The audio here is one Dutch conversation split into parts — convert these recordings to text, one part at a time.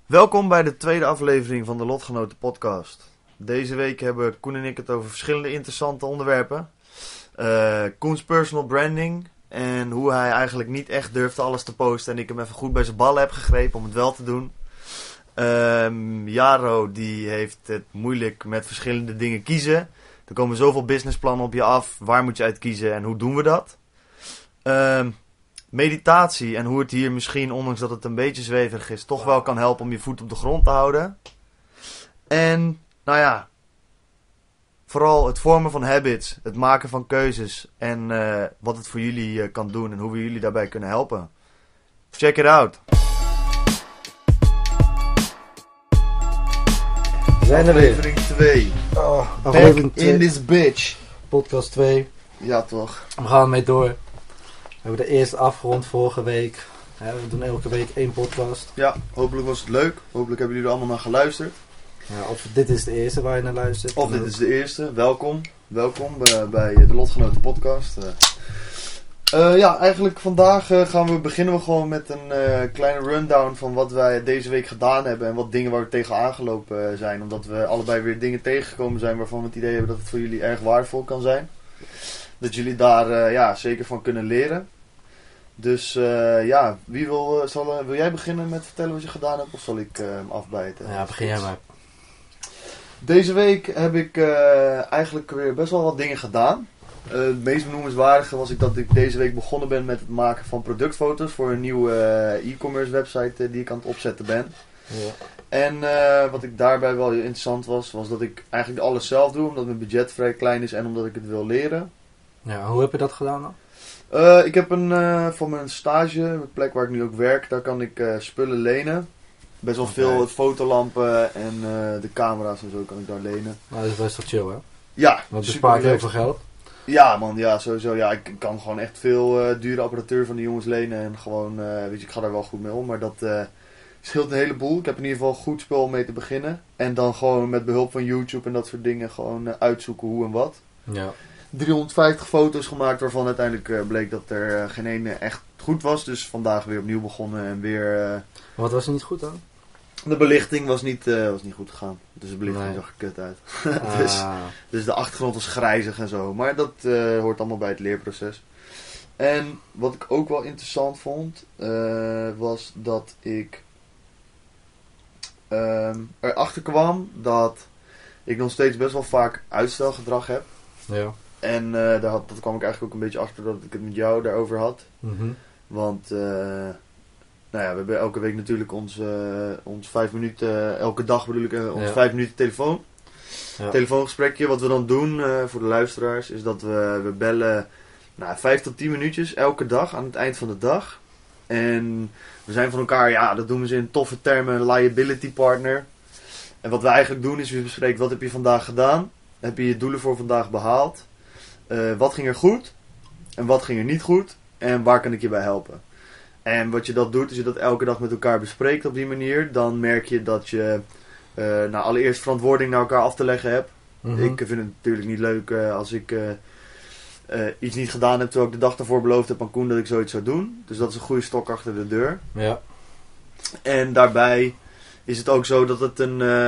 Welkom bij de tweede aflevering van de Lotgenoten podcast. Deze week hebben Koen en ik het over verschillende interessante onderwerpen. Koens personal branding en hoe hij eigenlijk niet echt durfde alles te posten en ik hem even goed bij zijn ballen heb gegrepen om het wel te doen. Jaro die heeft het moeilijk met verschillende dingen kiezen. Er komen zoveel businessplannen op je af. Waar moet je uit kiezen en hoe doen we dat? Meditatie en hoe het hier misschien, ondanks dat het een beetje zweverig is, toch wel kan helpen om je voet op de grond te houden. En, nou ja, vooral het vormen van habits, het maken van keuzes en wat het voor jullie kan doen en hoe we jullie daarbij kunnen helpen. Check it out! We zijn er weer. Aflevering 2. Aflevering Back in this bitch. Podcast 2. Ja, toch. We gaan ermee door. We hebben de eerste afgerond vorige week. We doen elke week 1 podcast. Ja, hopelijk was het leuk. Hopelijk hebben jullie er allemaal naar geluisterd. Ja, of dit is de eerste waar je naar luistert. Of dit is de eerste. Welkom. Welkom bij de Lotgenoten podcast. Ja, eigenlijk vandaag beginnen we gewoon met een kleine rundown van wat wij deze week gedaan hebben. En wat dingen waar we tegen aangelopen zijn. Omdat we allebei weer dingen tegengekomen zijn waarvan we het idee hebben dat het voor jullie erg waardevol kan zijn. Dat jullie daar zeker van kunnen leren. Dus ja, wil jij beginnen met vertellen wat je gedaan hebt of zal ik afbijten? Ja, begin jij maar. Deze week heb ik eigenlijk weer best wel wat dingen gedaan. Het meest benoemenswaardige was dat ik deze week begonnen ben met het maken van productfoto's voor een nieuwe e-commerce website die ik aan het opzetten ben. Ja. En wat ik daarbij wel interessant was dat ik eigenlijk alles zelf doe, omdat mijn budget vrij klein is en omdat ik het wil leren. Ja, hoe heb je dat gedaan dan? Ik heb voor mijn stage, de plek waar ik nu ook werk, daar kan ik spullen lenen. Best wel veel fotolampen en de camera's en zo kan ik daar lenen. Nou, dat is best wel chill, hè? Ja, Want bespaart heel veel geld. Ja man, ja sowieso. Ja, ik kan gewoon echt veel dure apparatuur van die jongens lenen en gewoon, weet je, ik ga daar wel goed mee om. Maar dat scheelt een heleboel. Ik heb in ieder geval goed spul om mee te beginnen. En dan gewoon met behulp van YouTube en dat soort dingen gewoon uitzoeken hoe en wat. Ja. 350 foto's gemaakt waarvan uiteindelijk bleek dat er geen ene echt goed was. Dus vandaag weer opnieuw begonnen en weer... Wat was er niet goed dan? De belichting was niet goed gegaan. Dus de belichting zag er kut uit. Dus de achtergrond was grijzig en zo. Maar dat hoort allemaal bij het leerproces. En wat ik ook wel interessant vond, was dat ik erachter kwam dat ik nog steeds best wel vaak uitstelgedrag heb. Ja. En dat kwam ik eigenlijk ook een beetje achter dat ik het met jou daarover had. Mm-hmm. Want we hebben elke week natuurlijk ons 5 minuten, elke dag bedoel ik, ons 5 minuten telefoon. Ja. Telefoongesprekje. Wat we dan doen voor de luisteraars is dat we bellen 5 tot 10 minuutjes elke dag aan het eind van de dag. En we zijn van elkaar, dat doen we in toffe termen, liability partner. En wat we eigenlijk doen is we bespreken wat heb je vandaag gedaan. Heb je je doelen voor vandaag behaald? Wat ging er goed? En wat ging er niet goed? En waar kan ik je bij helpen? En wat je dat doet, als je dat elke dag met elkaar bespreekt op die manier, dan merk je dat je allereerst verantwoording naar elkaar af te leggen hebt. Mm-hmm. Ik vind het natuurlijk niet leuk als ik iets niet gedaan heb terwijl ik de dag daarvoor beloofd heb aan Koen dat ik zoiets zou doen. Dus dat is een goede stok achter de deur. Ja. En daarbij is het ook zo dat het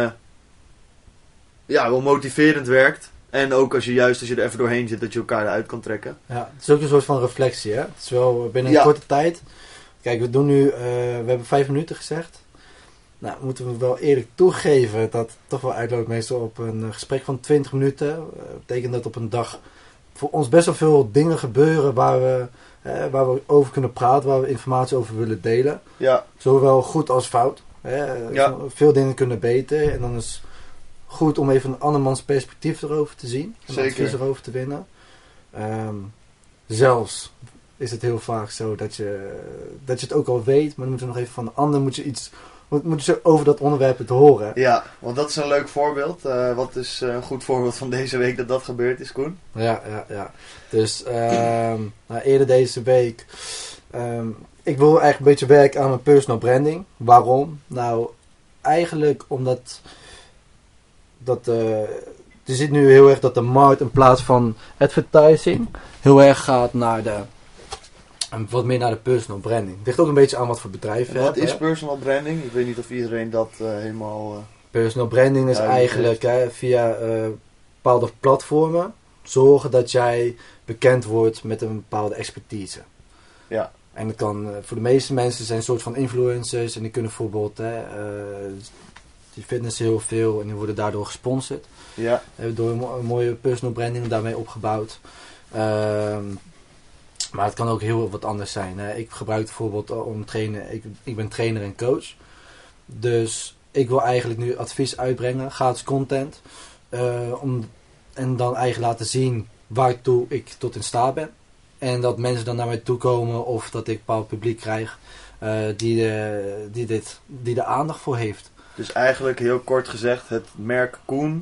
wel motiverend werkt. En ook als je er even doorheen zit, dat je elkaar eruit kan trekken. Ja, het is ook een soort van reflectie, hè? Het is wel binnen een korte tijd. Kijk, we doen nu, we hebben 5 minuten gezegd. Nou, moeten we wel eerlijk toegeven dat het toch wel uitloopt meestal op een gesprek van 20 minuten. Dat betekent dat op een dag voor ons best wel veel dingen gebeuren waar we over kunnen praten, waar we informatie over willen delen. Ja. Zowel goed als fout. Veel dingen kunnen beter en dan is goed om even een andermans perspectief erover te zien. En advies erover te winnen. Zelfs is het heel vaak zo dat je het ook al weet, maar dan moet je nog even van de ander moet je over dat onderwerp het horen. Ja, want dat is een leuk voorbeeld. Wat is een goed voorbeeld van deze week dat gebeurd is, Koen? Ja. Dus eerder deze week, ik wil eigenlijk een beetje werken aan mijn personal branding. Waarom? Nou, eigenlijk omdat je ziet nu heel erg dat de markt in plaats van advertising heel erg gaat naar En wat meer naar de personal branding. Het ligt ook een beetje aan wat voor bedrijf je hebt. Wat is personal branding? Ik weet niet of iedereen dat helemaal... Personal branding is eigenlijk via bepaalde platformen zorgen dat jij bekend wordt met een bepaalde expertise. Ja. En dat kan voor de meeste mensen zijn een soort van influencers. En die kunnen bijvoorbeeld, die fitnessen heel veel en die worden daardoor gesponsord. Ja. Door een mooie personal branding daarmee opgebouwd. Maar het kan ook heel wat anders zijn. Hè. Ik gebruik het bijvoorbeeld om trainen. Ik ben trainer en coach. Dus ik wil eigenlijk nu advies uitbrengen, gratis content. En dan eigenlijk laten zien waartoe ik tot in staat ben. En dat mensen dan naar mij toe komen of dat ik een bepaald publiek krijg die de aandacht voor heeft. Dus eigenlijk heel kort gezegd, het merk Koen,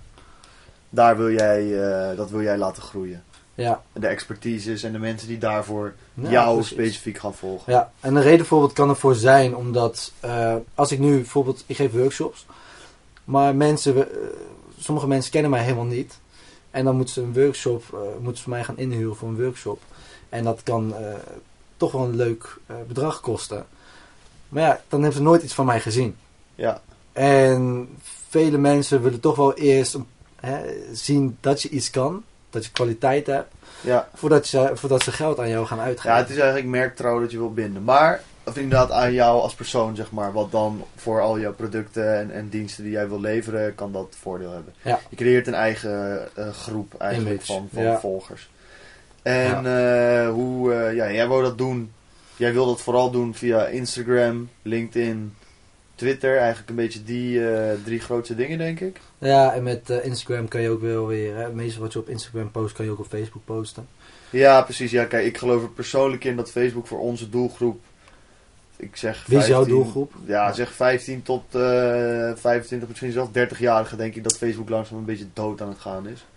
dat wil jij laten groeien. Ja. De expertises en de mensen die daarvoor jou specifiek gaan volgen. Ja, en een reden bijvoorbeeld kan ervoor zijn omdat als ik nu bijvoorbeeld, ik geef workshops, maar sommige mensen kennen mij helemaal niet. En dan moeten ze mij gaan inhuren voor een workshop. En dat kan toch wel een leuk bedrag kosten. Maar ja, dan hebben ze nooit iets van mij gezien. Ja. En vele mensen willen toch wel eerst zien dat je iets kan. Dat je kwaliteit hebt. Ja. Voordat ze geld aan jou gaan uitgeven. Ja, het is eigenlijk merktrouw dat je wil binden. Maar, of inderdaad aan jou als persoon, zeg maar. Wat dan voor al jouw producten en diensten die jij wil leveren, kan dat voordeel hebben. Ja. Je creëert een eigen groep eigenlijk van volgers. En jij wou dat doen. Jij wil dat vooral doen via Instagram, LinkedIn, Twitter. Eigenlijk een beetje die 3 grootste dingen, denk ik. Ja, en met Instagram kan je ook wel weer... Het meeste wat je op Instagram post, kan je ook op Facebook posten. Ja, precies. Ja, kijk, ik geloof er persoonlijk in dat Facebook voor onze doelgroep... Ik zeg 15, wie is jouw doelgroep? Ja, zeg 15 tot 25, misschien zelfs 30-jarigen, denk ik dat Facebook langzaam een beetje dood aan het gaan is.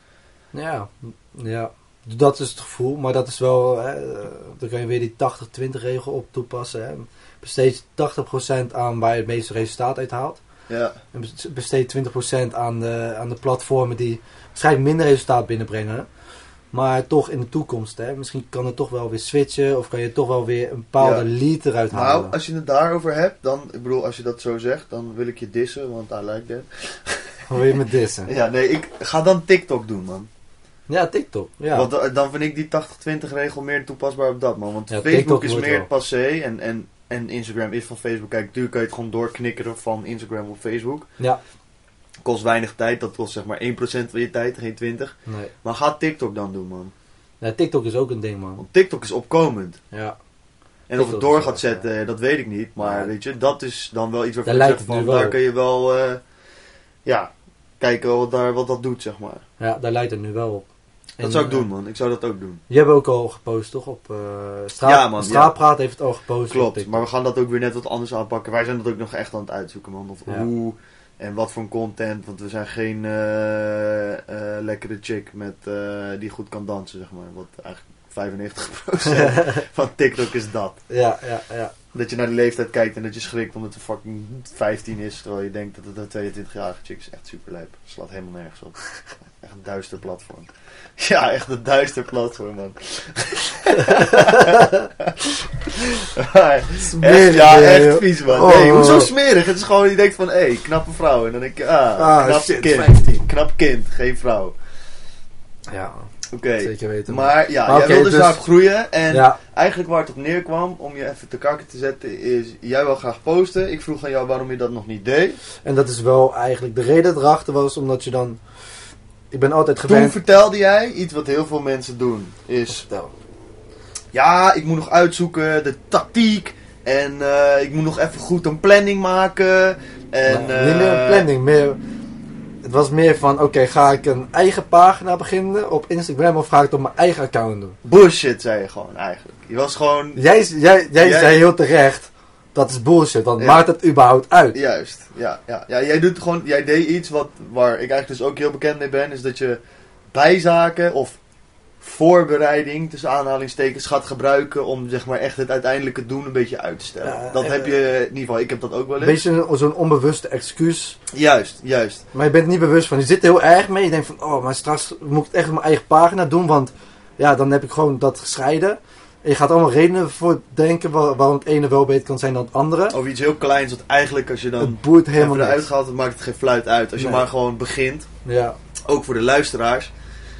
Ja. Dat is het gevoel, maar dat is wel... dan kan je weer die 80-20 regel op toepassen. Hè. Besteed 80% aan waar je het meeste resultaat uit haalt. Ja. En besteed 20% aan de platformen die waarschijnlijk minder resultaat binnenbrengen. Maar toch in de toekomst, hè, misschien kan het toch wel weer switchen. Of kan je toch wel weer een bepaalde lead eruit halen. Nou, als je het daarover hebt, dan... Ik bedoel, als je dat zo zegt, dan wil ik je dissen. Want I like that. Hoe wil je me dissen? Ja, nee, ik ga dan TikTok doen, man. Ja, TikTok. Ja. Want dan vind ik die 80-20 regel meer toepasbaar op dat, man. Want ja, Facebook is meer passé en Instagram is van Facebook. Kijk, natuurlijk kan je het gewoon doorknikkeren van Instagram op Facebook. Ja. Kost weinig tijd, dat kost zeg maar 1% van je tijd, geen 20%. Nee. Maar ga TikTok dan doen, man. Ja, TikTok is ook een ding, man. Want TikTok is opkomend. Ja. En TikTok of het door gaat zetten, dat weet ik niet. Maar weet je, dat is dan wel iets waarvan ik zeg van, daar kun je wel kijken wat dat doet, zeg maar. Ja, daar leidt het nu wel op. Dat zou ik doen, man. Ik zou dat ook doen. Je hebt ook al gepost, toch? Op Straatpraat heeft het al gepost. Klopt, maar we gaan dat ook weer net wat anders aanpakken. Wij zijn dat ook nog echt aan het uitzoeken, man. Of hoe en wat voor content. Want we zijn geen lekkere chick met, die goed kan dansen, zeg maar. Wat eigenlijk 95% van TikTok is dat. Ja. Dat je naar de leeftijd kijkt en dat je schrikt omdat het fucking 15 is. Terwijl je denkt dat het een 22-jarige chick is. Echt super lijp. Slaat helemaal nergens op. Echt een duister platform. Ja, echt een duister platform, man. Smerig, echt vies, man. Nee, hoezo smerig? Het is gewoon, je denkt van, knappe vrouw. En dan denk je, knap kind. 15. Knap kind, geen vrouw. Ja, oké. Zeker weten. Maar jij wil dus daarop groeien. En eigenlijk waar het op neerkwam, om je even te kakken te zetten, is, jij wil graag posten. Ik vroeg aan jou waarom je dat nog niet deed. En dat is wel eigenlijk, de reden erachter was, omdat je dan... Ik ben altijd gewend... Toen vertelde jij iets wat heel veel mensen doen. Is... Ja, ik moet nog uitzoeken, de tactiek. En ik moet nog even goed een planning maken. En, niet meer een planning, meer... Het was meer van, oké, ga ik een eigen pagina beginnen op Instagram of ga ik het op mijn eigen account doen? Bullshit, zei je gewoon eigenlijk. Je was gewoon... Jij zei heel terecht, dat is bullshit, want maakt het überhaupt uit? Juist, ja. Jij deed iets waar ik eigenlijk dus ook heel bekend mee ben, is dat je bijzaken of voorbereiding, tussen aanhalingstekens, gaat gebruiken om zeg maar echt het uiteindelijke doen een beetje uit te stellen. Dat heb je, in ieder geval, ik heb dat ook wel eens. Een beetje zo'n onbewuste excuus. Juist. Maar je bent er niet bewust van. Je zit er heel erg mee. Je denkt van, maar straks moet ik het echt op mijn eigen pagina doen, want ja, dan heb ik gewoon dat gescheiden. je gaat allemaal redenen voor denken waarom het ene wel beter kan zijn dan het andere. Of iets heel kleins, wat eigenlijk als je dan het boeit helemaal even eruit niks. gaat, dan maakt het geen fluit uit. Als je maar gewoon begint, Ja. ook voor de luisteraars.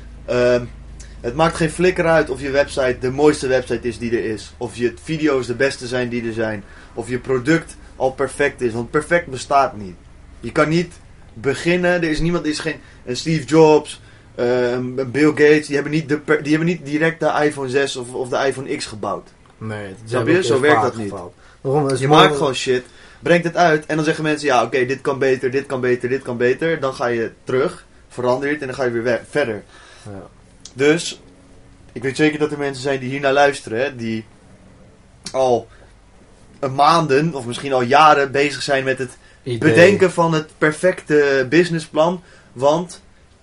Het maakt geen flikker uit of je website de mooiste website is die er is. Of je video's de beste zijn die er zijn. Of je product al perfect is, want perfect bestaat niet. Je kan niet beginnen, er is niemand, er is geen een Steve Jobs, Bill Gates, die hebben niet direct de iPhone 6 of de iPhone X gebouwd. Nee, Snap je? Zo werkt dat niet. Je maakt gewoon shit, brengt het uit en dan zeggen mensen, ja oké, dit kan beter, dit kan beter, dit kan beter. Dan ga je terug, verander je het en dan ga je weer verder. Ja. Dus, ik weet zeker dat er mensen zijn die hier naar luisteren, hè, die al maanden of misschien al jaren bezig zijn met het bedenken van het perfecte businessplan. Want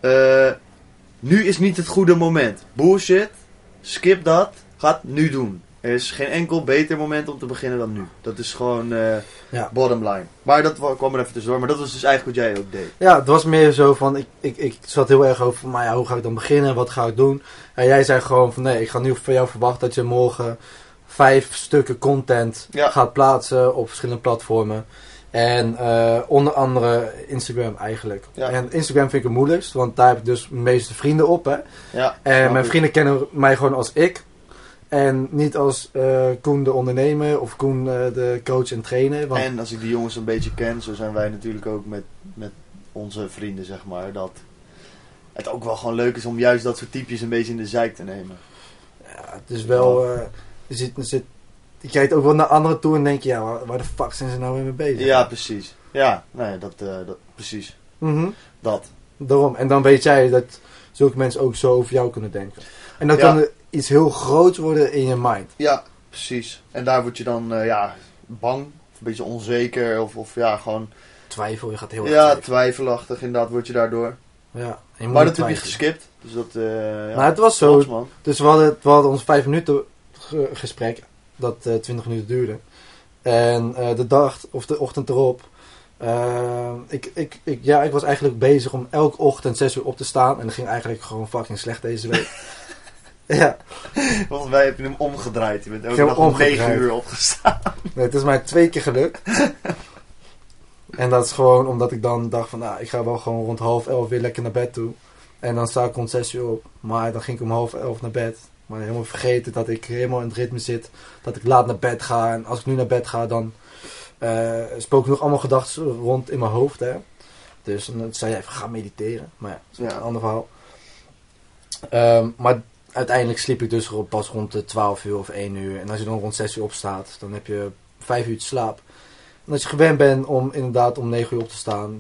nu is niet het goede moment. Bullshit. Skip dat. Ga het nu doen. Er is geen enkel beter moment om te beginnen dan nu. Dat is gewoon bottom line. Maar dat kwam er even tussendoor. Maar dat was dus eigenlijk wat jij ook deed. Ja, het was meer zo van, ik zat heel erg over van, maar ja, hoe ga ik dan beginnen? Wat ga ik doen? En jij zei gewoon van, nee, ik ga nu van jou verwachten dat je morgen 5 stukken content gaat plaatsen op verschillende platformen. En onder andere Instagram eigenlijk. Ja. En Instagram vind ik het moeilijkst, want daar heb ik dus mijn meeste vrienden op. Hè? Ja, en mijn vrienden kennen mij gewoon als ik. En niet als Koen de ondernemer of Koen de coach en trainer. Want en als ik die jongens een beetje ken, zo zijn wij natuurlijk ook met onze vrienden, zeg maar. Dat het ook wel gewoon leuk is om juist dat soort typjes een beetje in de zeik te nemen. Ja, het is wel... je kijkt ook wel naar anderen toe en denk je, ja, waar de fuck zijn ze nou weer mee bezig? Ja, precies. Ja, nee, dat precies. Mm-hmm. Dat. Daarom. En dan weet jij dat zulke mensen ook zo over jou kunnen denken. En dan kan er iets heel groots worden in je mind. Ja, precies. En daar word je dan bang, of een beetje onzeker, of gewoon... Twijfel, je gaat heel erg twijfelachtig inderdaad word je daardoor. Ja, maar dat heb je geskipt. Dus dat, nou, het was zo. Man. Dus we hadden ons 5 minuten gesprek, dat 20 minuten duurde. En de dag, of de ochtend erop, ik was eigenlijk bezig om elke ochtend 6 uur op te staan. En dat ging eigenlijk gewoon fucking slecht deze week. Ja. Volgens mij heb je hem omgedraaid. Je bent ook nog om 9 uur opgestaan. Nee, het is mij 2 keer gelukt. En dat is gewoon omdat ik dan dacht van, nou, ik ga wel gewoon rond 10:30 weer lekker naar bed toe. En dan sta ik rond 6 uur op. Maar dan ging ik om 10:30 naar bed. Maar helemaal vergeten dat ik helemaal in het ritme zit. Dat ik laat naar bed ga. En als ik nu naar bed ga, dan spoken nog allemaal gedachten rond in mijn hoofd. Hè. Dus dan zei je even, ga mediteren. Maar ja, dat is een ander verhaal. Maar uiteindelijk sliep ik dus pas rond de 12 uur of 1 uur. En als je dan rond 6 uur opstaat, dan heb je 5 uur slaap. En als je gewend bent om inderdaad om 9 uur op te staan,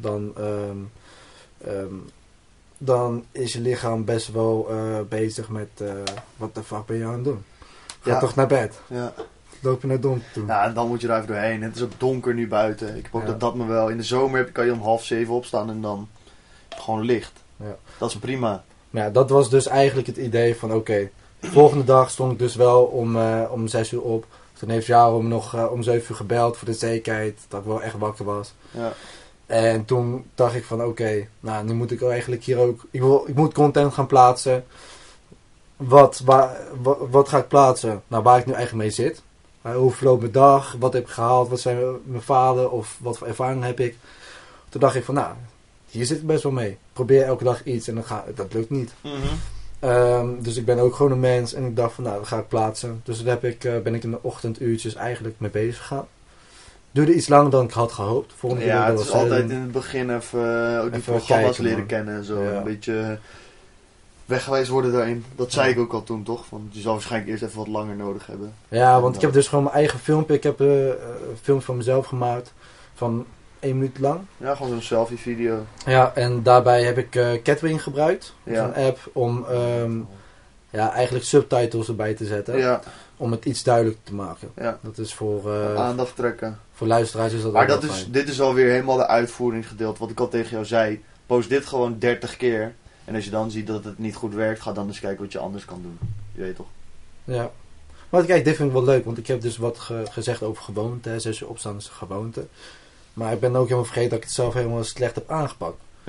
dan is je lichaam best wel bezig met wat de fuck ben je aan het doen? Ga toch naar bed? Ja. Loop je naar donker toe? Ja, en dan moet je er even doorheen. Het is ook donker nu buiten. Ik heb ook dat me wel. In de zomer kan je om 6:30 opstaan en dan gewoon licht. Ja. Dat is prima. Maar ja, dat was dus eigenlijk het idee van oké, de volgende dag stond ik dus wel om 6 uur op. Toen heeft Jaron nog om 7 uur gebeld voor de zekerheid dat ik wel echt wakker was. Ja. En toen dacht ik van oké, nou nu moet ik eigenlijk hier ook... Ik moet content gaan plaatsen. Wat ga ik plaatsen? Nou, waar ik nu eigenlijk mee zit. Hoe verloopt mijn dag? Wat heb ik gehaald? Wat zijn mijn falen? Of wat voor ervaring heb ik? Toen dacht ik van nou, hier zit ik best wel mee. Probeer elke dag iets en dat lukt niet. Mm-hmm. Dus ik ben ook gewoon een mens en ik dacht van nou, dat ga ik plaatsen. Dus daar ben ik in de ochtenduurtjes eigenlijk mee bezig gegaan. Duurde iets langer dan ik had gehoopt. Ja, het is altijd in het begin even die programma's leren kennen en zo. Ja. Een beetje weggewezen worden daarin. Dat zei ik ook al toen, toch? Want je zal waarschijnlijk eerst even wat langer nodig hebben. Ja, want ik heb dus gewoon mijn eigen filmpje. Ik heb een filmpje van mezelf gemaakt van 1 minuut lang. Ja, gewoon zo'n selfie video. Ja, en daarbij heb ik Catwing gebruikt. Ja. Een app om eigenlijk subtitles erbij te zetten. Ja. Om het iets duidelijker te maken. Ja. Dat is voor aandacht trekken. Voor luisteraars is dat maar ook dat wel is, fijn. dit is alweer helemaal de uitvoeringsgedeelte. Wat ik al tegen jou zei. Post dit gewoon 30 keer. En als je dan ziet dat het niet goed werkt, ga dan eens kijken wat je anders kan doen. Je weet toch? Ja. Maar kijk, dit vind ik wel leuk. Want ik heb dus wat gezegd over gewoonte. 6 uur opstaan is een gewoonte. Maar ik ben ook helemaal vergeten dat ik het zelf helemaal slecht heb aangepakt. Ja.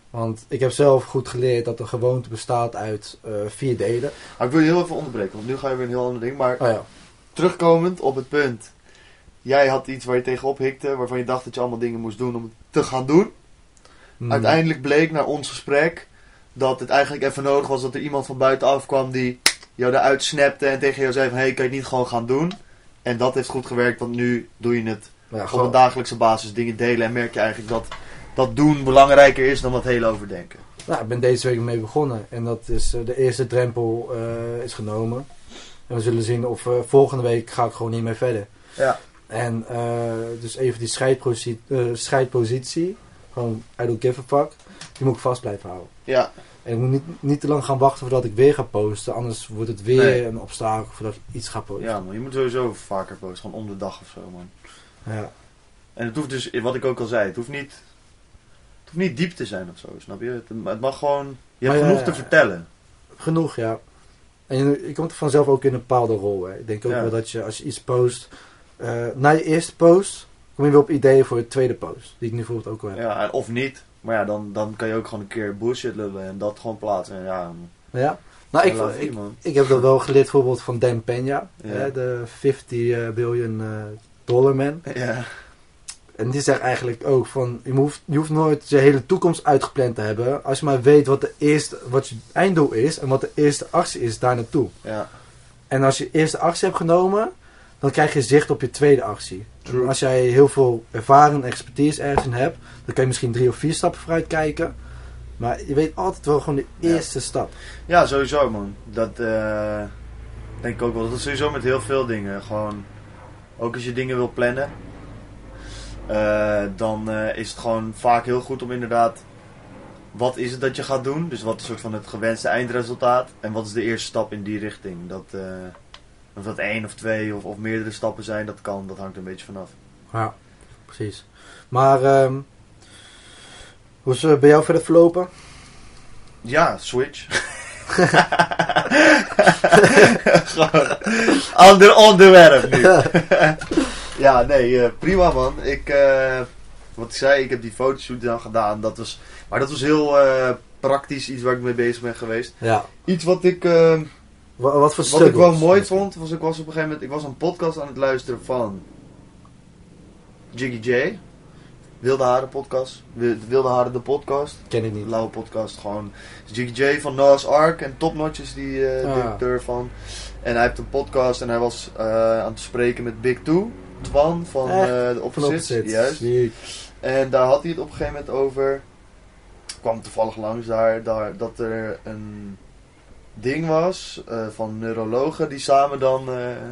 Want ik heb zelf goed geleerd dat een gewoonte bestaat uit 4 delen. Maar ik wil je heel even onderbreken, want nu ga je weer een heel ander ding. Maar ja. Terugkomend op het punt. Jij had iets waar je tegenop hikte, waarvan je dacht dat je allemaal dingen moest doen om het te gaan doen. Uiteindelijk bleek na ons gesprek dat het eigenlijk even nodig was dat er iemand van buitenaf kwam die jou eruit snapte en tegen jou zei van hey, kan je het niet gewoon gaan doen? En dat heeft goed gewerkt, want nu doe je het op een dagelijkse basis, dingen delen en merk je eigenlijk dat doen belangrijker is dan dat hele overdenken. Nou, ik ben deze week mee begonnen en dat is de eerste drempel is genomen. En we zullen zien of volgende week ga ik gewoon niet meer verder. Ja. En dus even die scheidpositie, gewoon I don't give a fuck, die moet ik vast blijven houden. Ja. En ik moet niet te lang gaan wachten voordat ik weer ga posten, anders wordt het weer een obstakel voordat ik iets ga posten. Ja man, je moet sowieso vaker posten, gewoon om de dag of zo man. Ja. En het hoeft dus, wat ik ook al zei, het hoeft niet diep te zijn of zo, snap je? Het mag gewoon, je hebt genoeg te vertellen. Genoeg, ja. En je komt er vanzelf ook in een bepaalde rol. Hè. Ik denk ook wel dat je, als je iets post, na je eerste post, kom je weer op ideeën voor je tweede post. Die ik nu bijvoorbeeld ook wel heb. Ja, of niet. Maar ja, dan kan je ook gewoon een keer bullshit lullen en dat gewoon plaatsen. En ja. Nou, ik heb dat wel geleerd bijvoorbeeld van Dan Peña. Hè, de 50 billion dollar man. Ja. En die zegt eigenlijk ook van, je hoeft nooit je hele toekomst uitgepland te hebben. Als je maar weet wat je einddoel is en wat de eerste actie is daar naartoe. Ja. En als je eerste actie hebt genomen, dan krijg je zicht op je tweede actie. En als jij heel veel ervaring en expertise ergens in hebt, dan kan je misschien 3 of 4 stappen vooruit kijken. Maar je weet altijd wel gewoon de eerste stap. Ja, sowieso man. Dat denk ik ook wel. Dat is sowieso met heel veel dingen. Gewoon, ook als je dingen wil plannen. Dan is het gewoon vaak heel goed om inderdaad, wat is het dat je gaat doen? Dus wat is soort van het gewenste eindresultaat? En wat is de eerste stap in die richting? Of dat 1 of 2 of meerdere stappen zijn, dat hangt er een beetje vanaf. Ja, precies. Maar hoe is het bij jou verder verlopen? Ja, Switch. Gewoon onderwerp nu. Ja, nee, prima man. Wat ik zei, ik heb die fotoshoot dan gedaan. Maar dat was heel praktisch, iets waar ik mee bezig ben geweest. Ja. Iets wat ik wat ik wel mooi vond, was ik was op een gegeven moment, ik was een podcast aan het luisteren van Jiggy J. Wilde Haren podcast. Wilde Haren de podcast. Ken ik niet. Lauwe podcast, gewoon. Jiggy J van Noah's Ark en Top Notch is die directeur van. En hij heeft een podcast en hij was aan het spreken met Big Two. Twan van de Opposites. Juist. En daar had hij het op een gegeven moment over. Kwam toevallig langs daar dat er een ding was van neurologen die samen dan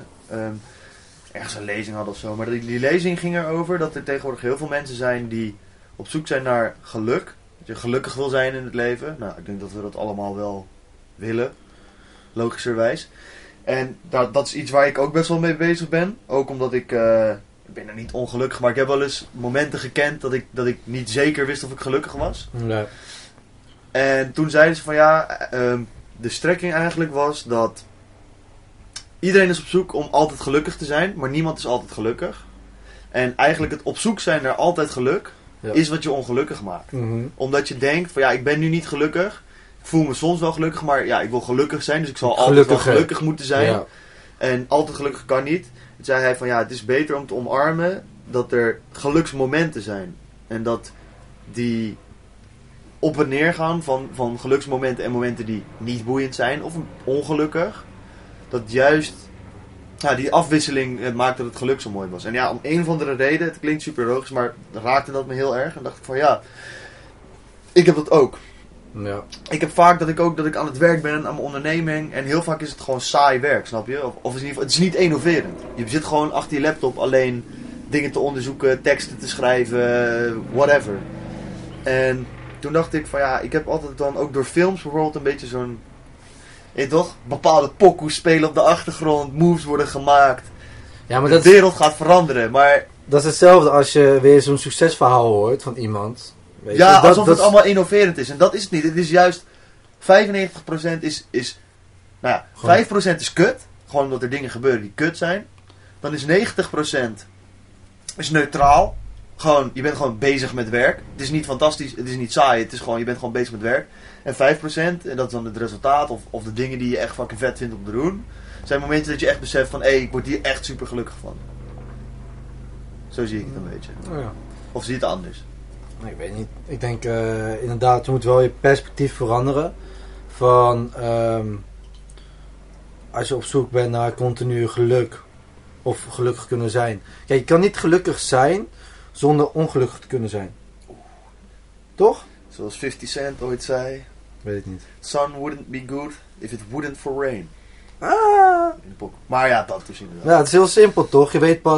ergens een lezing hadden of zo. Maar die lezing ging erover dat er tegenwoordig heel veel mensen zijn die op zoek zijn naar geluk. Dat je gelukkig wil zijn in het leven. Nou, ik denk dat we dat allemaal wel willen. Logischerwijs. En dat is iets waar ik ook best wel mee bezig ben. Ook omdat ik ben er niet ongelukkig, maar ik heb wel eens momenten gekend dat ik niet zeker wist of ik gelukkig was. Nee. En toen zeiden ze van de strekking eigenlijk was dat iedereen is op zoek om altijd gelukkig te zijn, maar niemand is altijd gelukkig. En eigenlijk het op zoek zijn naar altijd geluk is wat je ongelukkig maakt. Mm-hmm. Omdat je denkt van ik ben nu niet gelukkig. Ik voel me soms wel gelukkig, maar ik wil gelukkig zijn, dus ik zal altijd wel gelukkig moeten zijn. Ja. En altijd gelukkig kan niet. Toen zei hij van het is beter om te omarmen dat er geluksmomenten zijn. En dat die op en neer gaan van geluksmomenten en momenten die niet boeiend zijn of ongelukkig. Dat juist die afwisseling maakt dat het geluk zo mooi was. En om een of andere reden, het klinkt super logisch, maar raakte dat me heel erg. En dacht ik van ik heb dat ook. Ja. Ik heb vaak dat ik aan het werk ben, aan mijn onderneming. En heel vaak is het gewoon saai werk, snap je? Of in ieder geval, het is niet innoverend. Je zit gewoon achter je laptop alleen dingen te onderzoeken, teksten te schrijven, whatever. En toen dacht ik van ik heb altijd dan ook door films bijvoorbeeld een beetje zo'n... toch? Bepaalde pokoes spelen op de achtergrond, moves worden gemaakt. Ja, maar de wereld gaat veranderen, maar... Dat is hetzelfde als je weer zo'n succesverhaal hoort van iemand. Alsof het allemaal innoverend is. En dat is het niet. Het is juist 95% is 5% is kut. Gewoon omdat er dingen gebeuren die kut zijn. Dan is 90% is neutraal. Gewoon, je bent gewoon bezig met werk. Het is niet fantastisch, het is niet saai. Het is gewoon, je bent gewoon bezig met werk. En 5%, en dat is dan het resultaat of de dingen die je echt fucking vet vindt om te doen. Zijn momenten dat je echt beseft van, ik word hier echt super gelukkig van. Zo zie ik het een beetje. Oh ja. Of zie je het anders? Ik weet niet. Ik denk inderdaad, je moet wel je perspectief veranderen. Van als je op zoek bent naar continu geluk of gelukkig kunnen zijn. Kijk, je kan niet gelukkig zijn zonder ongelukkig te kunnen zijn. Toch? Zoals 50 Cent ooit zei. Weet ik niet. Sun wouldn't be good if it wouldn't for rain. Ah. In de pok. Maar ja, dat dus inderdaad. Ja, het is heel simpel toch? Je weet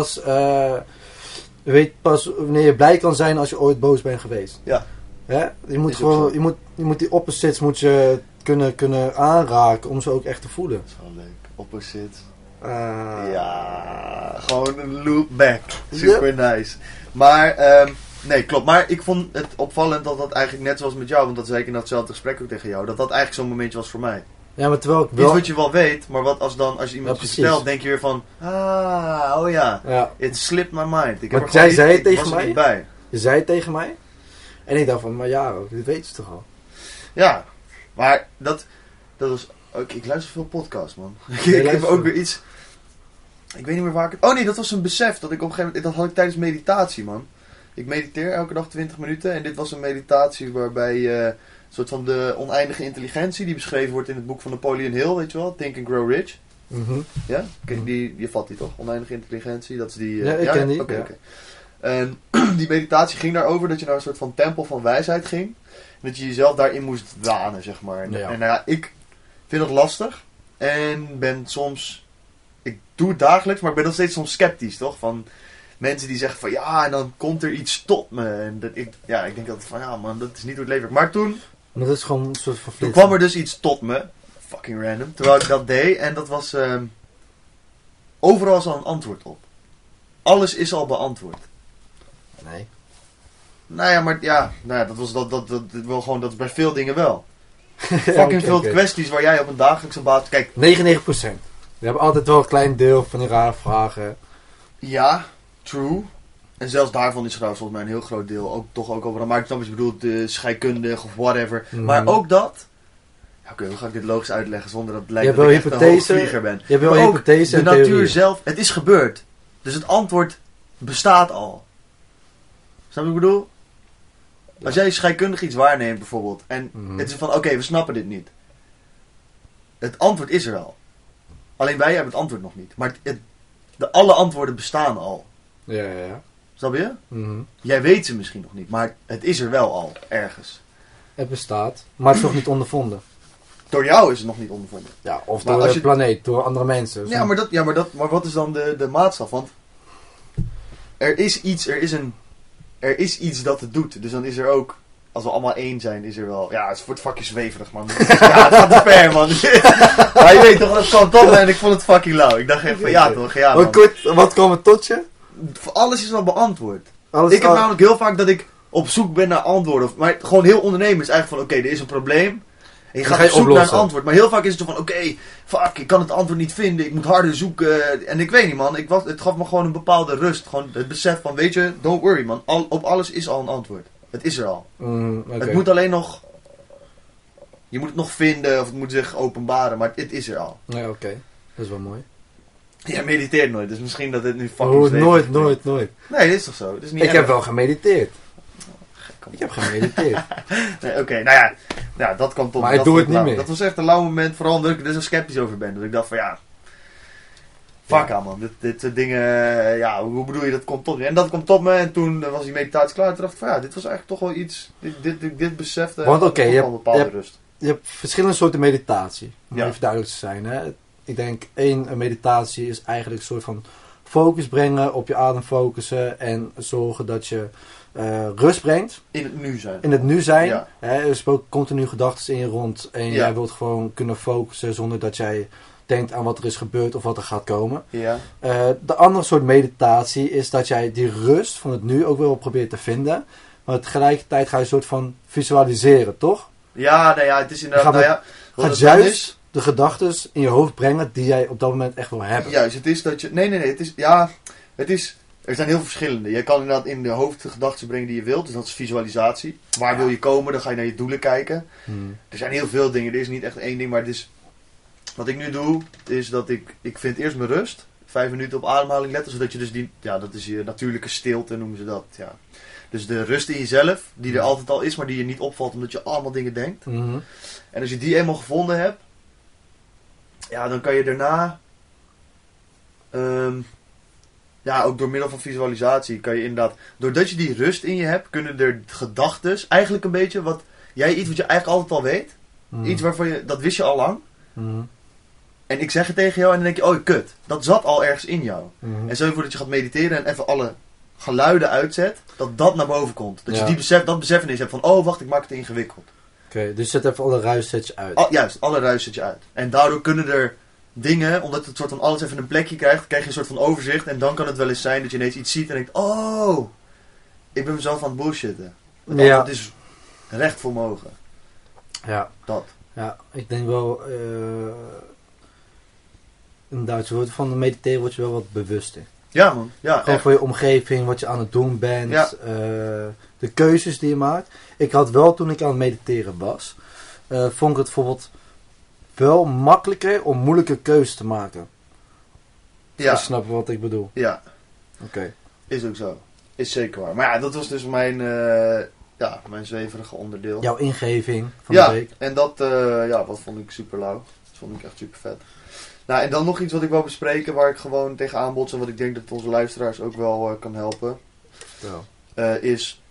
pas wanneer je blij kan zijn als je ooit boos bent geweest. Ja. Hè? Je moet Is gewoon, je moet die opposites moet je kunnen aanraken om ze ook echt te voelen. Dat is wel leuk. Opposite. Ah. Ja, gewoon een loop back. Super nice. Maar, nee, klopt. Maar ik vond het opvallend dat eigenlijk net zoals met jou, want dat zei ik in datzelfde gesprek ook tegen jou, dat eigenlijk zo'n momentje was voor mij. Ja, maar terwijl ik wel... Iets wat je wel weet, maar wat als je iemand vertelt, denk je weer van, oh ja, it slipped my mind. Ik heb maar jij zei het tegen mij? Niet bij. Je zei het tegen mij? En ik dacht van, maar ja, dit weet je toch al? Ja, maar dat was... Ik luister veel podcasts, man. Ik heb ook weer iets... Ik weet niet meer waar ik het... Oh nee, dat was een besef dat ik op een gegeven moment... Dat had ik tijdens meditatie, man. Ik mediteer elke dag 20 minuten. En dit was een meditatie waarbij... een soort van de oneindige intelligentie... Die beschreven wordt in het boek van Napoleon Hill, weet je wel? Think and Grow Rich. Mm-hmm. Ja? Je vat die toch? Oneindige intelligentie, dat is die... ja, ik ken die. Oké. En die meditatie ging daarover dat je naar een soort van tempel van wijsheid ging. En dat je jezelf daarin moest wanen, zeg maar. En nou ja, ik vind dat lastig. En ben soms... Ik doe het dagelijks, maar ik ben nog steeds soms sceptisch, toch? Van mensen die zeggen van ja, en dan komt er iets tot me. En dat ik denk altijd van ja man, dat is niet hoe het leven werkt. Maar toen... Maar dat is gewoon een soort van Toen kwam er dus iets tot me. Fucking random. Terwijl ik dat deed. En dat was... overal is al een antwoord op. Alles is al beantwoord. Nee. Nou ja, maar ja, dat was dat wel gewoon, dat is bij veel dingen wel. Fucking veel kwesties waar jij op een dagelijkse basis... Kijk, 99%. We hebben altijd wel een klein deel van die rare vragen. Ja, true. En zelfs daarvan is trouwens volgens mij een heel groot deel toch ook over. Maar ik snap wat je bedoelt, scheikundig of whatever. Mm. Maar ook dat... Oké, hoe ga ik dit logisch uitleggen zonder dat het lijkt dat ik echt een hoogvlieger ben? Je hebt wel hypothese en de natuur zelf, het is gebeurd. Dus het antwoord bestaat al. Snap je wat ik bedoel? Ja. Als jij scheikundig iets waarneemt bijvoorbeeld. En het is van, oké, we snappen dit niet. Het antwoord is er al. Alleen wij hebben het antwoord nog niet. Maar alle antwoorden bestaan al. Ja. Snap je? Mm-hmm. Jij weet ze misschien nog niet. Maar het is er wel al, ergens. Het bestaat. Maar het is nog niet ondervonden. Door jou is het nog niet ondervonden. Ja, of door de planeet, door andere mensen. Ja, maar wat is dan de maatstaf? Want er is iets dat het doet. Dus dan is er ook, als we allemaal één zijn, is er wel... Ja, het wordt fucking zweverig, man. Ja, het gaat te ver, man. Maar je weet toch, dat kan toch. En ik vond het fucking lauw. Ik dacht echt van, ja toch, ja man. Wat kwam er tot je? Alles is al beantwoord. Ik heb namelijk heel vaak dat ik op zoek ben naar antwoorden. Maar gewoon heel ondernemen is eigenlijk van, oké, er is een probleem. En je gaat op zoek naar een antwoord. Maar heel vaak is het zo van, oké, fuck, ik kan het antwoord niet vinden. Ik moet harder zoeken. En ik weet niet, man. Het gaf me gewoon een bepaalde rust. Gewoon het besef van, weet je, don't worry, man. Op alles is al een antwoord. Het is er al. Okay. Het moet alleen nog... Je moet het nog vinden of het moet zich openbaren. Maar het is er al. Ja, oké. Dat is wel mooi. Jij mediteert nooit. Dus misschien dat dit nu fucking... Nooit. Nee, dat is toch zo? Dat is niet ik heb wel gemediteerd. Ik heb gemediteerd. Nee, oké, nou ja, dat kan toch. Maar ik doe het niet meer. Dat was echt een lauw moment, vooral omdat ik er zo sceptisch over ben. Dat ik dacht van ja, fuck aan man, dit soort dingen, ja, hoe bedoel je, dat komt tot me. En dat komt tot me en toen was die meditatie klaar. Toen dacht ik van ja, dit was eigenlijk toch wel iets, dit besefte. Want oké, je een bepaalde rust. Je hebt verschillende soorten meditatie, om even duidelijk te zijn. Hè? Ik denk, een meditatie is eigenlijk een soort van focus brengen, op je adem focussen en zorgen dat je rust brengt. In het nu zijn. In het nu zijn. Ja. Hè, er spoken continu gedachten in je rond. En jij wilt gewoon kunnen focussen zonder dat jij denkt aan wat er is gebeurd of wat er gaat komen. Ja. De andere soort meditatie is dat jij die rust van het nu ook wel probeert te vinden. Maar tegelijkertijd ga je een soort van visualiseren, toch? Ja, nou ja, het is inderdaad... Gaat juist de gedachten in je hoofd brengen die jij op dat moment echt wil hebben. Juist, het is dat je... Nee, het is... Ja, het is... Er zijn heel veel verschillende. Je kan inderdaad in de hoofd de gedachten brengen die je wilt. Dus dat is visualisatie. Waar wil je komen? Dan ga je naar je doelen kijken. Er zijn heel veel dingen. Er is niet echt één ding. Maar het is, wat ik nu doe, is dat ik vind eerst mijn rust. 5 minuten op ademhaling letten. Zodat je dus dat is je natuurlijke stilte, noemen ze dat. Ja. Dus de rust in jezelf, die er altijd al is, maar die je niet opvalt omdat je allemaal dingen denkt. Mm-hmm. En als je die eenmaal gevonden hebt, ja, dan kan je daarna, ook door middel van visualisatie, kan je inderdaad, doordat je die rust in je hebt, kunnen er gedachtes, eigenlijk een beetje wat je eigenlijk altijd al weet. Iets waarvan dat wist je al lang. En ik zeg het tegen jou en dan denk je, oh kut, dat zat al ergens in jou. En stel je voor dat je gaat mediteren en even alle geluiden uitzet, dat naar boven komt. Dat je dat besef ineens hebt van, oh wacht, ik maak het ingewikkeld. Oké, dus zet even alle ruis zet je uit. Juist, alle ruis zet je uit. En daardoor kunnen er dingen, omdat het soort van alles even een plekje krijgt, krijg je een soort van overzicht. En dan kan het wel eens zijn dat je ineens iets ziet en denkt, oh, ik ben mezelf aan het bullshitten. Het is recht voor mogen. Ja. Dat. Ja, ik denk wel, inderdaad, van de mediteren word je wel wat bewuster. Ja man, ja. Gewoon voor je omgeving, wat je aan het doen bent, ja. De keuzes die je maakt. Ik had wel, toen ik aan het mediteren was, vond ik het bijvoorbeeld wel makkelijker om moeilijke keuzes te maken. Ja. Je snapt wat ik bedoel. Ja. Oké. Is ook zo. Is zeker waar. Maar ja, dat was dus mijn zweverige onderdeel. Jouw ingeving van de week. En dat, wat vond ik super lauw. Dat vond ik echt super vet. Nou, en dan nog iets wat ik wil bespreken, waar ik gewoon tegenaan bots en wat ik denk dat onze luisteraars ook wel kan helpen. Is,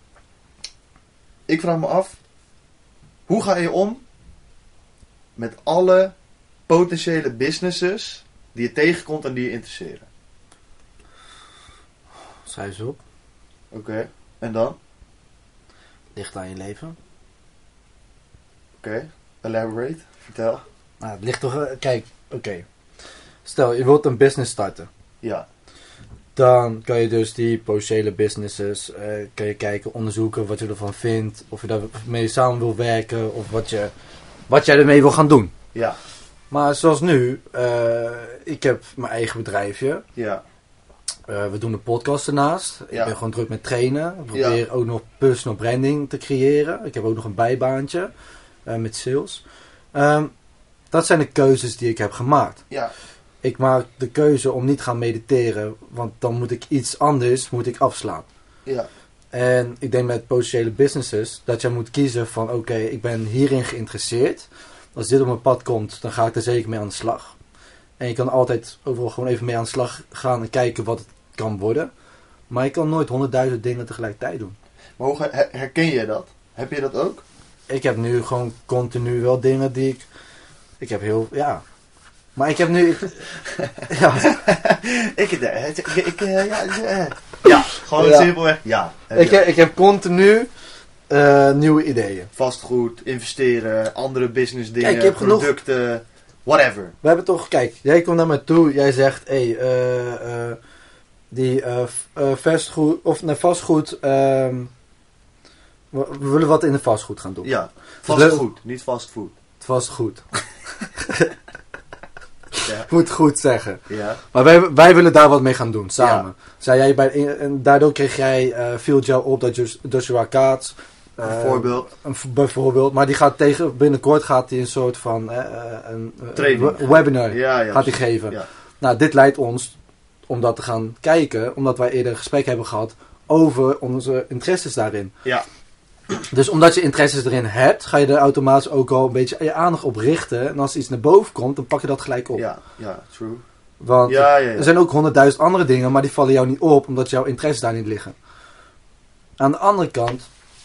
ik vraag me af, hoe ga je om met alle potentiële businesses die je tegenkomt en die je interesseren? Schrijf ze op. Oké. En dan? Ligt aan je leven. Oké. Elaborate. Vertel. Nou, het ligt toch... Kijk, oké. Stel, je wilt een business starten. Ja. Dan kan je dus die potentiële businesses, kan je kijken, onderzoeken wat je ervan vindt. Of je daarmee samen wil werken. Of wat jij ermee wil gaan doen. Ja. Maar zoals nu, ik heb mijn eigen bedrijfje. Ja. We doen een podcast ernaast. Ja. Ik ben gewoon druk met trainen. Ik probeer ook nog personal branding te creëren. Ik heb ook nog een bijbaantje met sales. Dat zijn de keuzes die ik heb gemaakt. Ja. Ik maak de keuze om niet te gaan mediteren, want dan moet ik iets anders afslaan. Ja. En ik denk met potentiële businesses dat je moet kiezen van oké, ik ben hierin geïnteresseerd. Als dit op mijn pad komt, dan ga ik er zeker mee aan de slag. En je kan altijd overal gewoon even mee aan de slag gaan en kijken wat het kan worden. Maar je kan nooit 100.000 dingen tegelijkertijd doen. Maar hoe herken je dat? Heb je dat ook? Ik heb nu gewoon continu wel dingen die ik heb heel... Ja. Maar ik heb nu... ja. Ja, gewoon simpelweg. Ja. Ik heb continu nieuwe ideeën. Vastgoed, investeren, andere business dingen, kijk, ik heb producten, whatever. We hebben toch... Kijk, jij komt naar mij toe. Jij zegt... vastgoed... we willen wat in de vastgoed gaan doen. Ja, vastgoed, niet fastfood. Vastgoed. Ja. Moet goed zeggen. Ja. Maar wij willen daar wat mee gaan doen, samen. Ja. Zei jij en daardoor kreeg jij viel jou op dat Joshua Kaats... Bijvoorbeeld. Maar die gaat binnenkort gaat hij een soort van een webinar gaat hij geven. Ja. Nou, dit leidt ons om dat te gaan kijken, omdat wij eerder een gesprek hebben gehad over onze interesses daarin. Ja. Dus omdat je interesses erin hebt, ga je er automatisch ook al een beetje je aandacht op richten. En als iets naar boven komt, dan pak je dat gelijk op. Ja, true. Want er zijn ook 100.000 andere dingen, maar die vallen jou niet op, omdat jouw interesses daar niet liggen. Aan de andere kant,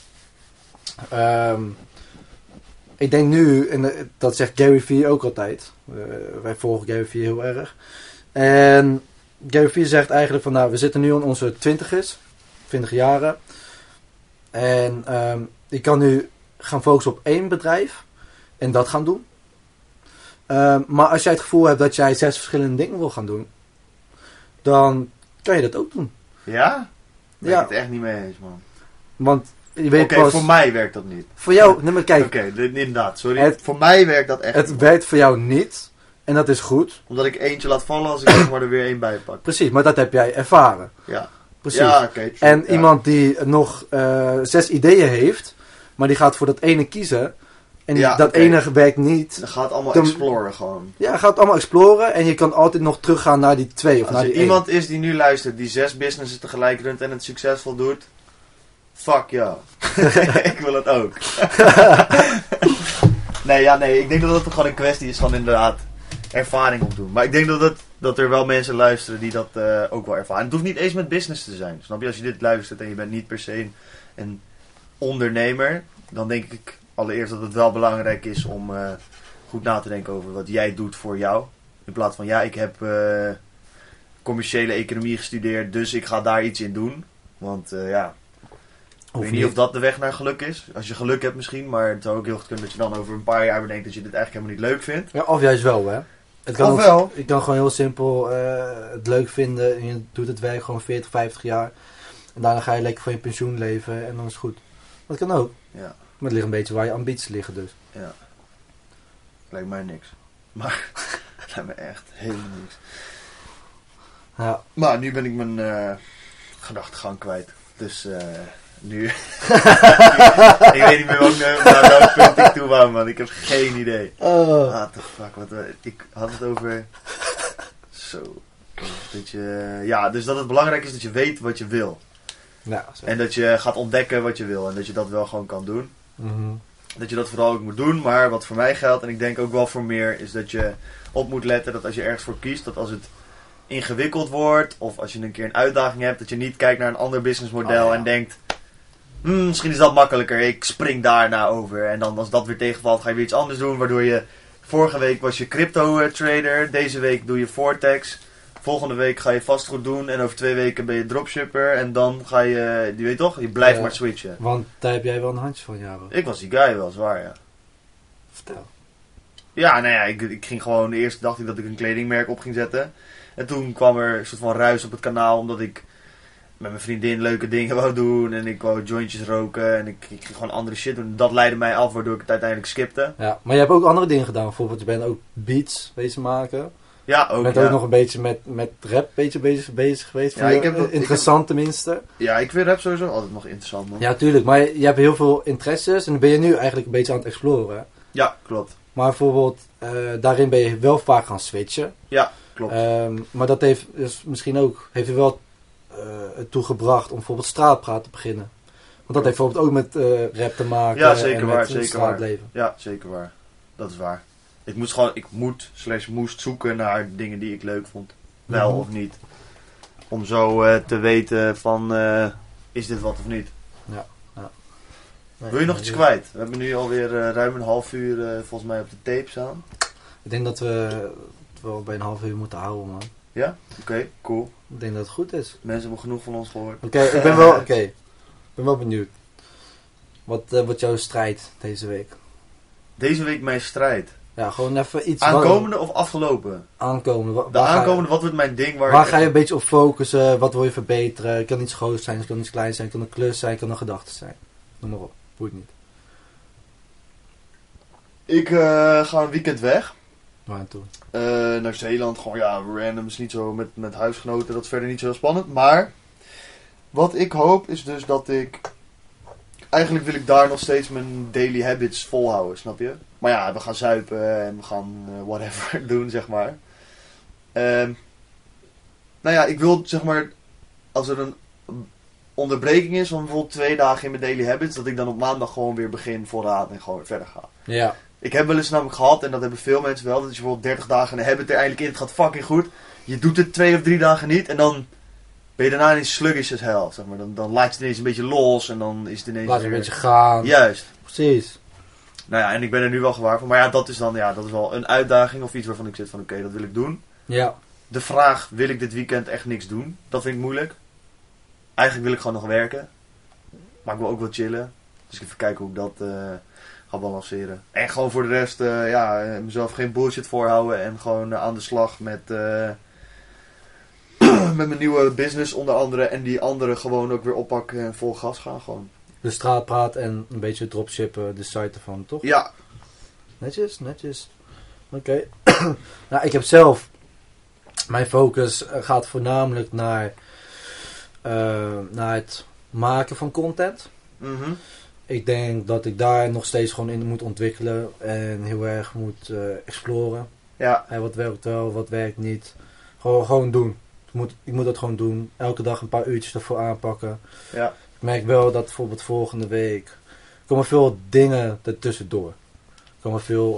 ik denk nu, en dat zegt Gary Vee ook altijd. Wij volgen Gary Vee heel erg. En Gary Vee zegt eigenlijk van, nou, we zitten nu in onze 20 jaren. En je kan nu gaan focussen op 1 bedrijf en dat gaan doen. Maar als jij het gevoel hebt dat jij 6 verschillende dingen wil gaan doen, dan kan je dat ook doen. Ja? Ben ik het echt niet mee eens, man. Want je weet pas... voor mij werkt dat niet. Voor jou, nee maar kijk. Oké, inderdaad, sorry. Voor mij werkt dat echt Het werkt voor jou niet. En dat is goed. Omdat ik eentje laat vallen als ik zeg maar er weer één bij pak. Precies, maar dat heb jij ervaren. Ja. Precies. Ja, okay, en iemand die nog 6 ideeën heeft, maar die gaat voor dat ene kiezen. En dat ene werkt niet. Dan gaat allemaal exploren gewoon. Ja, gaat allemaal exploren. En je kan altijd nog teruggaan naar die 2 of als naar die 1. Iemand is die nu luistert, die 6 businesses tegelijk runt en het succesvol doet. Fuck ja. Ik wil het ook. Nee, ik denk dat het gewoon een kwestie is van inderdaad ervaring opdoen. Maar ik denk dat er wel mensen luisteren die dat ook wel ervaren. Het hoeft niet eens met business te zijn. Snap je? Als je dit luistert en je bent niet per se een ondernemer, dan denk ik allereerst dat het wel belangrijk is om goed na te denken over wat jij doet voor jou. In plaats van, ik heb commerciële economie gestudeerd, dus ik ga daar iets in doen. Want ik weet niet of dat de weg naar geluk is. Als je geluk hebt misschien, maar het zou ook heel goed kunnen dat je dan over een paar jaar bedenkt dat je dit eigenlijk helemaal niet leuk vindt. Ja, of juist wel, hè. Het kan of wel. Ik kan gewoon heel simpel het leuk vinden en je doet het werk gewoon 40, 50 jaar. En daarna ga je lekker van je pensioen leven en dan is het goed. Dat kan ook. Ja. Maar het ligt een beetje waar je ambities liggen dus. Ja. Lijkt mij niks. Maar het lijkt me echt helemaal niks. Ja. Maar nu ben ik mijn gedachtegang kwijt. Dus nu... ik weet niet meer naar welk punt ik toe wou, man. Ik heb geen idee. Oh. What the fuck. Ik had het over... Zo. Dat je, dus dat het belangrijk is dat je weet wat je wil. Ja, zo. En dat je gaat ontdekken wat je wil. En dat je dat wel gewoon kan doen. Mm-hmm. Dat je dat vooral ook moet doen. Maar wat voor mij geldt, en ik denk ook wel voor meer, is dat je op moet letten dat als je ergens voor kiest, dat als het ingewikkeld wordt, of als je een keer een uitdaging hebt, dat je niet kijkt naar een ander businessmodel en denkt, misschien is dat makkelijker, ik spring daarna over. En dan als dat weer tegenvalt, ga je weer iets anders doen, waardoor je, vorige week was je crypto trader, deze week doe je Vortex, volgende week ga je vastgoed doen en over 2 weken ben je dropshipper en dan ga je, je weet toch, je blijft maar switchen. Want daar heb jij wel een handje van, Jaro. Ik was die guy wel, zwaar ja. Vertel. Ja, ik ging gewoon, de eerste dacht ik dat ik een kledingmerk op ging zetten. En toen kwam er een soort van ruis op het kanaal, omdat ik met mijn vriendin leuke dingen wou doen. En ik wou jointjes roken en ik ging gewoon andere shit doen. Dat leidde mij af, waardoor ik het uiteindelijk skipte. Ja, maar je hebt ook andere dingen gedaan. Bijvoorbeeld, je bent ook beats bezig maken. Ja, ook. Je bent ook nog een beetje met rap bezig geweest. Ja, interessant tenminste. Ja, ik vind rap sowieso altijd nog interessant, man. Ja, tuurlijk. Maar je hebt heel veel interesses en dan ben je nu eigenlijk een beetje aan het exploren. Ja, klopt. Maar bijvoorbeeld, daarin ben je wel vaak gaan switchen. Ja, klopt. Maar dat heeft dus misschien ook, heeft je wel ertoe gebracht om bijvoorbeeld straatpraat te beginnen. Want dat heeft bijvoorbeeld ook met rap te maken. Ja, zeker en waar, met zeker straatleven. Waar. Ja, zeker waar. Dat is waar. Ik moest zoeken naar dingen die ik leuk vond. Wel of niet. Om zo te weten van, is dit wat of niet. Ja. Nee, wil je nog iets kwijt? We hebben nu alweer ruim een half uur volgens mij op de tape staan. Ik denk dat we het wel bij een half uur moeten houden, man. Ja? Oké, cool. Ik denk dat het goed is. Mensen hebben genoeg van ons gehoord. Ik ben wel benieuwd. Wat wordt jouw strijd deze week? Deze week mijn strijd? Ja, gewoon even iets... Aankomende of afgelopen? Aankomende. Wat wordt mijn ding? Waar ga je een beetje op focussen? Wat wil je verbeteren? Het kan iets groots zijn, het kan iets kleins zijn, het kan een klus zijn, het kan een gedachte zijn. Noem maar op. Boeit niet. Ik ga een weekend weg. Waar naartoe? Naar Zeeland. Gewoon random. Is niet zo met huisgenoten. Dat is verder niet zo heel spannend. Maar wat ik hoop is dus dat ik... Eigenlijk wil ik daar nog steeds mijn daily habits volhouden, snap je? Maar we gaan zuipen en we gaan whatever doen, zeg maar. Ik wil, zeg maar, als er een onderbreking is van bijvoorbeeld 2 dagen in mijn daily habits, dat ik dan op maandag gewoon weer begin vooraan en gewoon weer verder ga. Ja. Ik heb wel eens namelijk gehad, en dat hebben veel mensen wel, dat je bijvoorbeeld 30 dagen een habit er eindelijk in, het gaat fucking goed. Je doet het 2 of 3 dagen niet en dan ben je daarna ineens sluggish as hell, zeg maar. Dan laat je het ineens een beetje los en dan is het ineens laat je een beetje gaan. Juist. Precies. En ik ben er nu wel gewaar van. Maar dat is dan, dat is wel een uitdaging of iets waarvan ik zit van oké, dat wil ik doen. Ja. De vraag, wil ik dit weekend echt niks doen? Dat vind ik moeilijk. Eigenlijk wil ik gewoon nog werken. Maar ik wil ook wel chillen. Dus even kijken hoe ik dat ga balanceren. En gewoon voor de rest, mezelf geen bullshit voorhouden. En gewoon aan de slag met mijn nieuwe business onder andere. En die andere gewoon ook weer oppakken en vol gas gaan gewoon. De straatpraat en een beetje dropshippen, de site ervan, toch? Ja. Netjes. Oké. Nou, ik heb zelf... Mijn focus gaat voornamelijk naar het maken van content. Mhm. Ik denk dat ik daar nog steeds gewoon in moet ontwikkelen. En heel erg moet exploren. Ja. Wat werkt wel, wat werkt niet. Gewoon doen. Ik moet dat gewoon doen. Elke dag een paar uurtjes ervoor aanpakken. Ja. Ik merk wel dat bijvoorbeeld volgende week... komen veel dingen ertussendoor. Er komen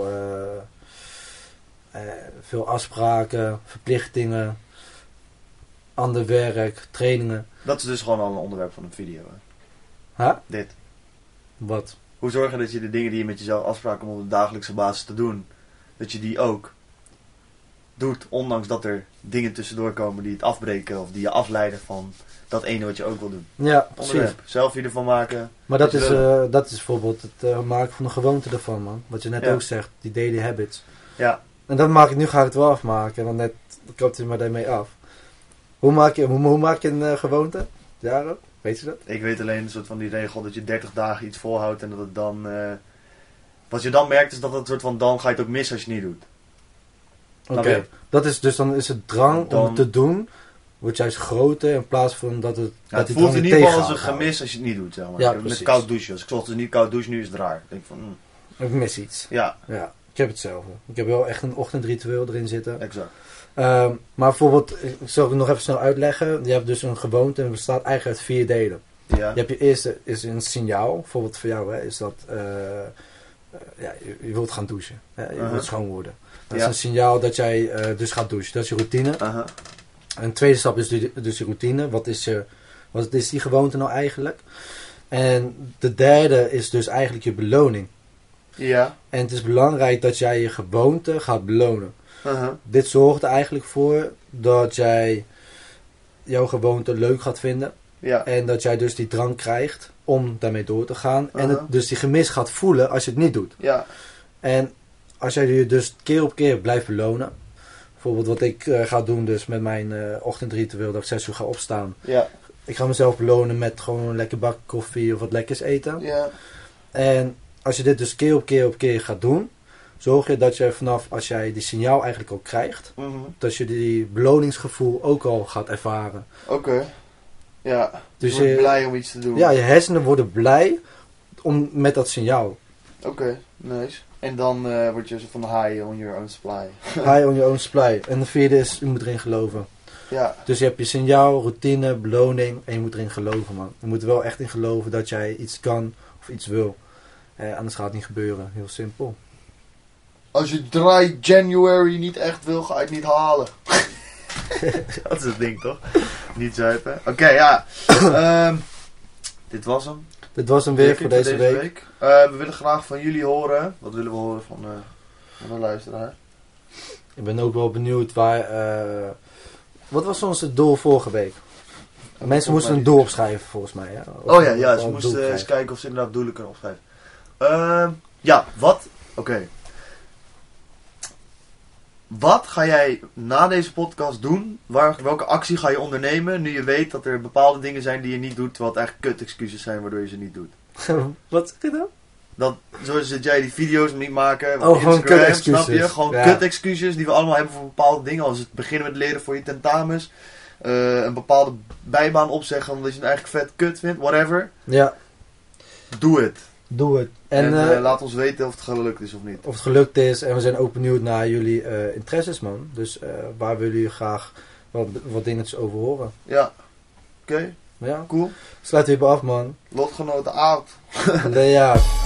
veel afspraken, verplichtingen, ander werk, trainingen. Dat is dus gewoon al een onderwerp van een video. Hè? Huh? Dit. Wat? Hoe zorgen dat je de dingen die je met jezelf afspraakt om op een dagelijkse basis te doen, dat je die ook doet, ondanks dat er dingen tussendoor komen die het afbreken of die je afleiden van dat ene wat je ook wil doen. Ja, precies. Onderwerp. Selfie ervan maken. Maar dat is bijvoorbeeld het maken van een gewoonte ervan, man. Wat je net ook zegt, die daily habits. Ja. En dat nu ga ik het wel afmaken, want net klopt hij maar daarmee af. Hoe maak je een gewoonte? Jaren? Weet je dat? Ik weet alleen een soort van die regel dat je 30 dagen iets volhoudt en dat het dan... wat je dan merkt is dat het soort van dan ga je het ook missen als je het niet doet. Oké. Dat is dus dan is het drang om het te doen, wordt juist groter in plaats van dat het... Ja, het voelt in ieder geval als een gemis als je het niet doet, zeg maar. Ja, met koud douchen. Als ik 's ochtends niet koud douche, nu is het raar. Ik denk van... Ik mis iets. Ja. Ik heb hetzelfde. Ik heb wel echt een ochtendritueel erin zitten. Exact. Maar bijvoorbeeld, ik zal het nog even snel uitleggen. Je hebt dus een gewoonte en het bestaat eigenlijk uit 4 delen. Ja. Je hebt je eerste, is een signaal. Bijvoorbeeld voor jou is dat je wilt gaan douchen. Je wilt schoon worden. Dat is een signaal dat jij dus gaat douchen. Dat is je routine. Een tweede stap is dus je routine. Wat is die gewoonte nou eigenlijk? En de derde is dus eigenlijk je beloning. Ja. En het is belangrijk dat jij je gewoonte gaat belonen. Dit zorgt er eigenlijk voor dat jij jouw gewoonte leuk gaat vinden. Ja. En dat jij dus die drang krijgt om daarmee door te gaan. En dus die gemis gaat voelen als je het niet doet. Ja. En als jij je dus keer op keer blijft belonen. Bijvoorbeeld wat ik ga doen dus met mijn ochtendritueel, dat ik 6 uur ga opstaan. Ja. Ik ga mezelf belonen met gewoon een lekker bak koffie of wat lekkers eten. Ja. En als je dit dus keer op keer gaat doen, zorg je dat je als jij die signaal eigenlijk ook krijgt, dat je die beloningsgevoel ook al gaat ervaren. Oké. Ja. Dus je wordt blij om iets te doen. Ja, je hersenen worden blij met dat signaal. Oké, nice. En dan word je zo van high on your own supply. High on your own supply. En de vierde is, je moet erin geloven. Ja. Dus je hebt je signaal, routine, beloning en je moet erin geloven, man. Je moet er wel echt in geloven dat jij iets kan of iets wil. Anders gaat het niet gebeuren. Heel simpel. Als je dry January niet echt wil, ga je het niet halen. Dat is het ding, toch? Niet zuipen. Oké, ja. Dit was hem. Dit was hem weer voor deze week. We willen graag van jullie horen. Wat willen we horen van een luisteraar? Ik ben ook wel benieuwd waar... wat was ons doel vorige week? Mensen moesten een doel opschrijven, volgens mij. Ja? Ze moesten eens kijken of ze inderdaad doelen kunnen opschrijven. Wat? Oké. Wat ga jij na deze podcast doen? Welke actie ga je ondernemen nu je weet dat er bepaalde dingen zijn die je niet doet, terwijl het eigenlijk kut excuses zijn waardoor je ze niet doet? Wat zeg je dan? Zoals dat jij die video's niet maken, gewoon kut excuses. Snap je? Gewoon kut excuses die we allemaal hebben voor bepaalde dingen. Als het beginnen met leren voor je tentamens, een bepaalde bijbaan opzeggen omdat je het eigenlijk vet kut vindt, whatever. Ja. Doe het. Doe het. En laat ons weten of het gelukt is of niet. Of het gelukt is. En we zijn ook benieuwd naar jullie interesses, man. Dus waar willen jullie graag wat dingetjes over horen? Ja. Oké. Ja. Cool. Sluit weer af, man. Lotgenoten out. Ja.